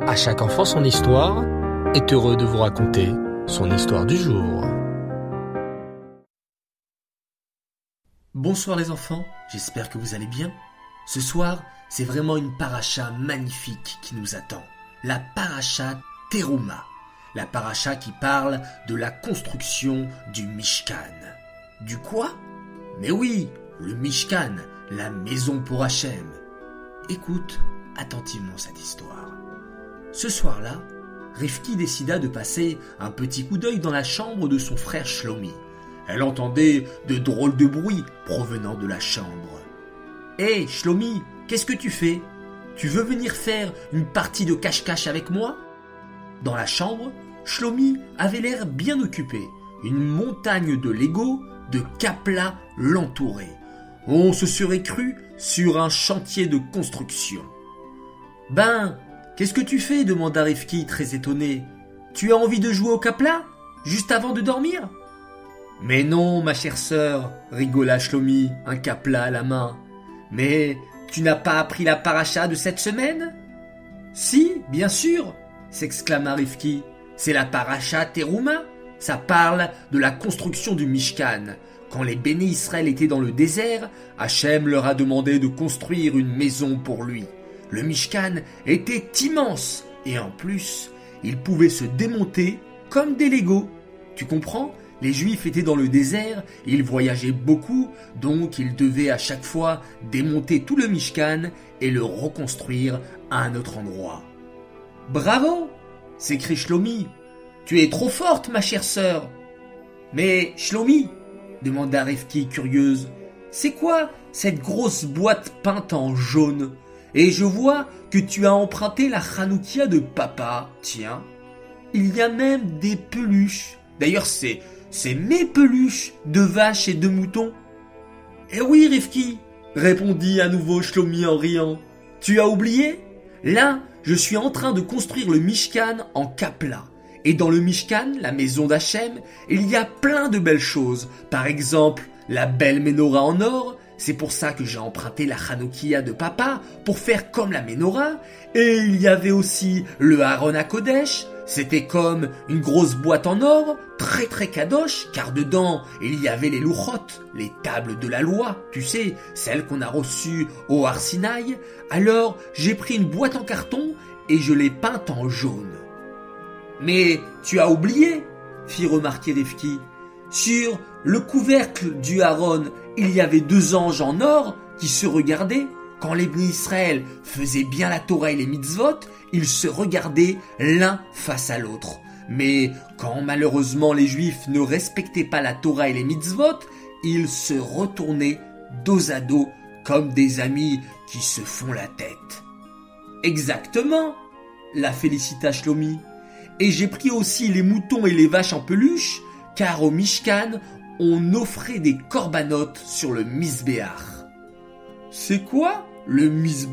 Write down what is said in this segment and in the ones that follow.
À chaque enfant son histoire est heureux de vous raconter son histoire du jour. Bonsoir les enfants, j'espère que vous allez bien. Ce soir, c'est vraiment une paracha magnifique qui nous attend. La paracha Teruma. La paracha qui parle de la construction du Mishkan. Du quoi? Mais oui, le Mishkan, la maison pour Hachem. Écoute attentivement cette histoire. Ce soir-là, Rivki décida de passer un petit coup d'œil dans la chambre de son frère Shlomi. Elle entendait de drôles de bruits provenant de la chambre. « Hé, Shlomi, qu'est-ce que tu fais? Tu veux venir faire une partie de cache-cache avec moi ?» Dans la chambre, Shlomi avait l'air bien occupé. Une montagne de Lego, de caplas l'entourait. On se serait cru sur un chantier de construction. « Ben, qu'est-ce que tu fais ?» demanda Rivki très étonné. « Tu as envie de jouer au caplas, juste avant de dormir ?» « Mais non, ma chère sœur, rigola Shlomi, un caplas à la main. Mais tu n'as pas appris la paracha de cette semaine ? Si, bien sûr, s'exclama Rivki. C'est la paracha Teruma. Ça parle de la construction du Mishkan. Quand les béné Israël étaient dans le désert, Hachem leur a demandé de construire une maison pour lui. Le Mishkan était immense et en plus, il pouvait se démonter comme des Legos. Tu comprends ? Les Juifs étaient dans le désert, ils voyageaient beaucoup, donc ils devaient à chaque fois démonter tout le Mishkan et le reconstruire à un autre endroit. « Bravo !» s'écrie Shlomi. « Tu es trop forte, ma chère sœur !»« Mais Shlomi !» demanda Rivki curieuse. « C'est quoi cette grosse boîte peinte en jaune ? Et je vois que tu as emprunté la Hanoukia de papa, tiens. Il y a même des peluches. D'ailleurs, c'est mes peluches de vaches et de moutons. »« Eh oui, Rivki, répondit à nouveau Shlomi en riant. Tu as oublié ? Là, je suis en train de construire le Mishkan en caplas. Et dans le Mishkan, la maison d'Hachem, il y a plein de belles choses. Par exemple, la belle Ménorah en or. C'est pour ça que j'ai emprunté la Hanoukia de papa pour faire comme la Ménorah. Et il y avait aussi le Aron HaKodesh. C'était comme une grosse boîte en or, très très kadosh, car dedans, il y avait les louchot, les tables de la loi, tu sais, celles qu'on a reçues au Har Sinaï. Alors, j'ai pris une boîte en carton et je l'ai peinte en jaune. « Mais tu as oublié » fit remarquer Rivki. « Sur le couvercle du Aaron, il y avait 2 anges en or qui se regardaient. Quand les béné Israël faisaient bien la Torah et les mitzvot, ils se regardaient l'un face à l'autre. Mais quand malheureusement les Juifs ne respectaient pas la Torah et les mitzvot, ils se retournaient dos à dos comme des amis qui se font la tête. »« Exactement !» la félicita Shlomi. « Et j'ai pris aussi les moutons et les vaches en peluche, car au Mishkan, on offrait des corbanotes sur le Misbéach. »« C'est quoi le Misbéach ?»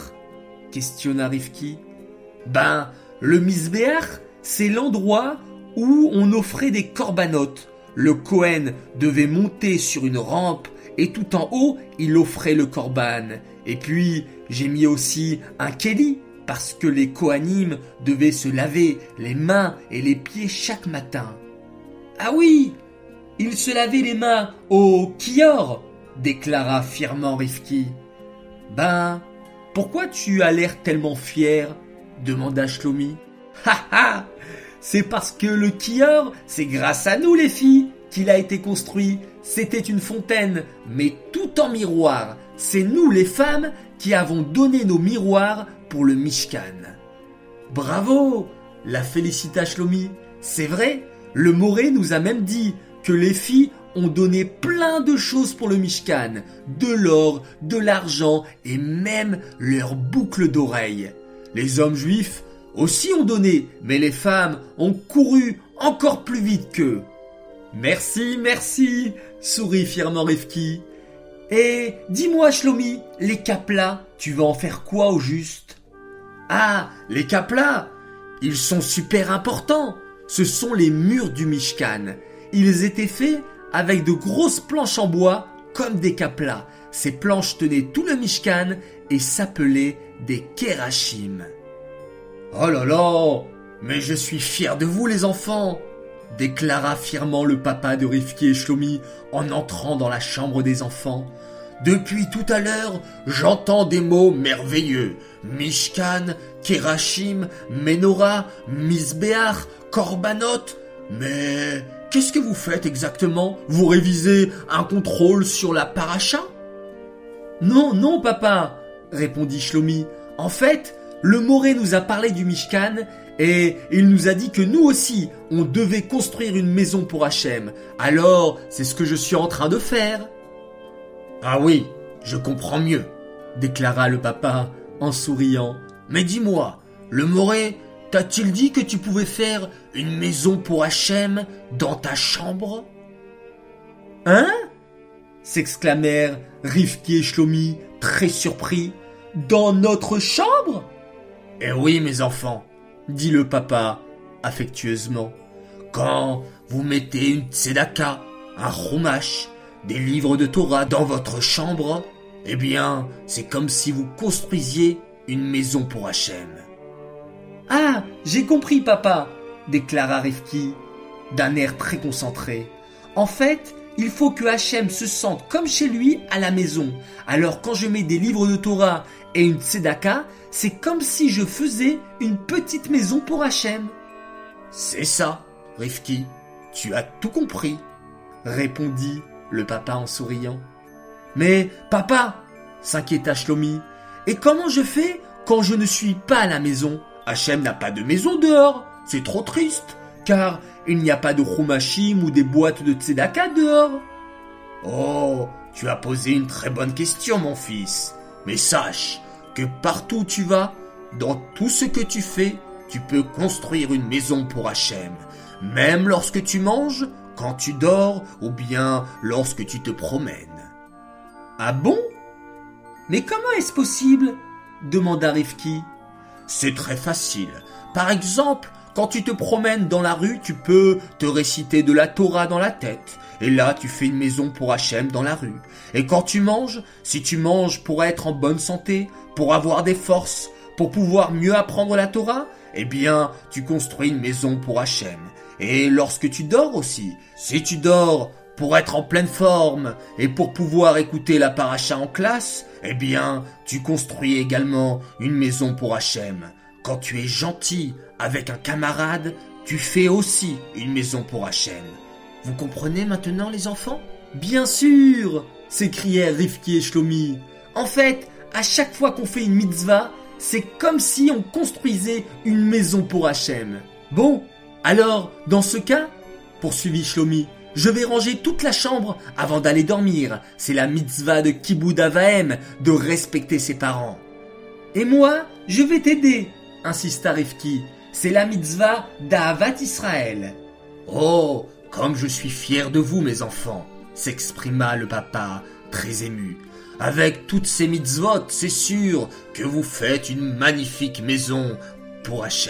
questionna Rivki. « Ben, le Misbéach, c'est l'endroit où on offrait des corbanotes. Le Kohen devait monter sur une rampe et tout en haut, il offrait le korban. Et puis, j'ai mis aussi un kéli parce que les Kohanim devaient se laver les mains et les pieds chaque matin. »« Ah oui, ils se lavaient les mains au kior !» déclara fièrement Rivki. « Ben, pourquoi tu as l'air tellement fier ?» demanda Shlomi. « Ha ha ! C'est parce que le kior, c'est grâce à nous les filles qu'il a été construit. C'était une fontaine, mais tout en miroir. C'est nous les femmes qui avons donné nos miroirs pour le Mishkan. »« Bravo !» la félicita Shlomi. « C'est vrai, le Moré nous a même dit que les filles ont donné plein de choses pour le Mishkan, de l'or, de l'argent et même leurs boucles d'oreilles. Les hommes juifs aussi ont donné, mais les femmes ont couru encore plus vite qu'eux. »« Merci, merci !» sourit fièrement Rivki. « Et dis-moi Shlomi, les caplas, tu vas en faire quoi au juste ?»« Ah, les caplas, ils sont super importants. Ce sont les murs du Mishkan. Ils étaient faits avec de grosses planches en bois comme des caplas. Ces planches tenaient tout le Mishkan et s'appelaient des Kérachim. » Oh là là, mais je suis fier de vous les enfants, déclara fièrement le papa de Rivki et Shlomi en entrant dans la chambre des enfants. Depuis tout à l'heure, j'entends des mots merveilleux. Mishkan, Kerachim, Menorah, Misbéach, Korbanot. Mais qu'est-ce que vous faites exactement? Vous révisez un contrôle sur la paracha? Non, non, papa, répondit Shlomi. En fait, le Moré nous a parlé du Mishkan et il nous a dit que nous aussi, on devait construire une maison pour Hachem. Alors, c'est ce que je suis en train de faire. Ah oui, je comprends mieux, déclara le papa en souriant. Mais dis-moi, le Moré t'a-t-il dit que tu pouvais faire une maison pour Hachem dans ta chambre? Hein? S'exclamèrent Rivki et Shlomi, très surpris. Dans notre chambre? Eh oui, mes enfants, dit le papa affectueusement. Quand vous mettez une tzedaka, un chumash, des livres de Torah dans votre chambre, eh bien, c'est comme si vous construisiez une maison pour Hachem. Ah, j'ai compris, papa, déclara Rivki, d'un air très concentré. En fait, il faut que Hachem se sente comme chez lui à la maison. Alors quand je mets des livres de Torah et une tzedaka, c'est comme si je faisais une petite maison pour Hachem. C'est ça, Rivki, tu as tout compris, répondit le papa en souriant. Mais papa, s'inquiéta Shlomi, et comment je fais quand je ne suis pas à la maison? Hachem n'a pas de maison dehors, c'est trop triste, car il n'y a pas de chumashim ou des boîtes de tzedaka dehors. Oh, tu as posé une très bonne question, mon fils. Mais sache que partout où tu vas, dans tout ce que tu fais, tu peux construire une maison pour Hachem. Même lorsque tu manges, quand tu dors ou bien lorsque tu te promènes. Ah bon? Mais comment est-ce possible? Demanda Rivki. C'est très facile. Par exemple, quand tu te promènes dans la rue, tu peux te réciter de la Torah dans la tête. Et là, tu fais une maison pour Hachem dans la rue. Et quand tu manges, si tu manges pour être en bonne santé, pour avoir des forces, pour pouvoir mieux apprendre la Torah, eh bien, tu construis une maison pour Hachem. Et lorsque tu dors aussi, si tu dors pour être en pleine forme et pour pouvoir écouter la paracha en classe, eh bien, tu construis également une maison pour Hachem. Quand tu es gentil avec un camarade, tu fais aussi une maison pour Hachem. Vous comprenez maintenant, les enfants? Bien sûr, s'écrièrent Rivki et Shlomi. En fait, à chaque fois qu'on fait une mitzvah, c'est comme si on construisait une maison pour Hachem. Bon, alors, dans ce cas, poursuivit Shlomi, je vais ranger toute la chambre avant d'aller dormir. C'est la mitzvah de Kibboud Avahem, de respecter ses parents. Et moi, je vais t'aider, insista Rivki. C'est la mitzvah d'Ahavat Israël. Oh, comme je suis fier de vous, mes enfants, s'exprima le papa, très ému. Avec toutes ces mitzvot, c'est sûr que vous faites une magnifique maison pour Hachem.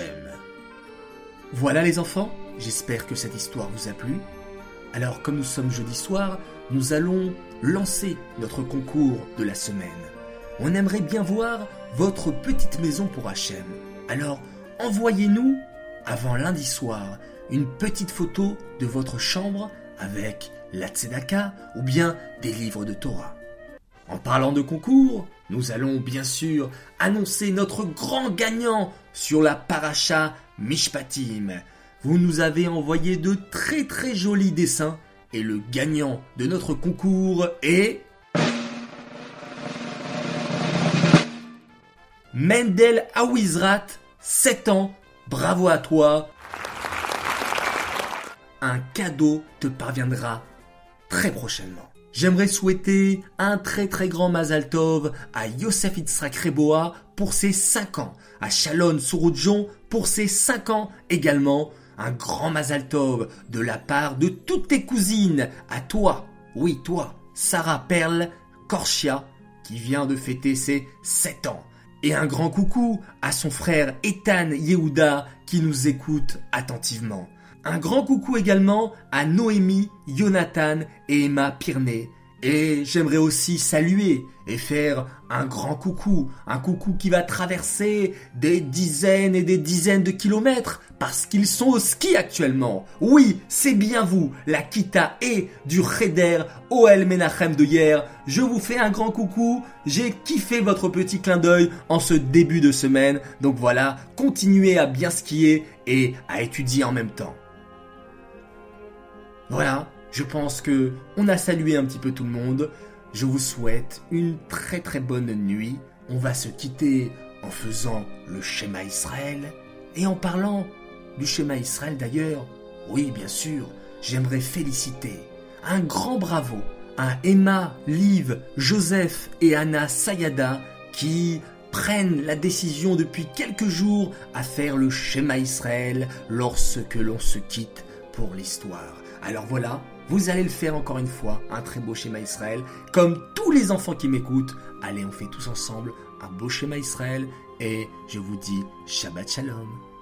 Voilà les enfants, j'espère que cette histoire vous a plu. Alors comme nous sommes jeudi soir, nous allons lancer notre concours de la semaine. On aimerait bien voir votre petite maison pour Hachem. Alors envoyez-nous, avant lundi soir, une petite photo de votre chambre avec la tzedaka ou bien des livres de Torah. En parlant de concours, nous allons bien sûr annoncer notre grand gagnant sur la paracha Mishpatim. Vous nous avez envoyé de très très jolis dessins et le gagnant de notre concours est Mendel Awizrat, 7 ans, bravo à toi. Un cadeau te parviendra très prochainement. J'aimerais souhaiter un très très grand Mazal Tov à Yosef Yitzhak Reboa pour ses 5 ans, à Shalom Souroudjon pour ses 5 ans également. Un grand Mazal Tov de la part de toutes tes cousines, à toi, oui toi, Sarah Perle Korchia, qui vient de fêter ses 7 ans. Et un grand coucou à son frère Ethan Yehuda qui nous écoute attentivement. Un grand coucou également à Noémie, Jonathan et Emma Pirney. Et j'aimerais aussi saluer et faire un grand coucou, un coucou qui va traverser des dizaines et des dizaines de kilomètres parce qu'ils sont au ski actuellement. Oui, c'est bien vous, la Kita et du Cheder Ohel Menachem de hier. Je vous fais un grand coucou, j'ai kiffé votre petit clin d'œil en ce début de semaine. Donc voilà, continuez à bien skier et à étudier en même temps. Voilà. Je pense que on a salué un petit peu tout le monde. Je vous souhaite une très très bonne nuit. On va se quitter en faisant le schéma Israël. Et en parlant du schéma Israël d'ailleurs, oui bien sûr, j'aimerais féliciter un grand bravo à Emma, Liv, Joseph et Anna Sayada qui prennent la décision depuis quelques jours à faire le schéma Israël lorsque l'on se quitte pour l'histoire. Alors voilà, vous allez le faire encore une fois, un très beau schéma Israël. Comme tous les enfants qui m'écoutent, allez, on fait tous ensemble un beau schéma Israël et je vous dis Shabbat Shalom.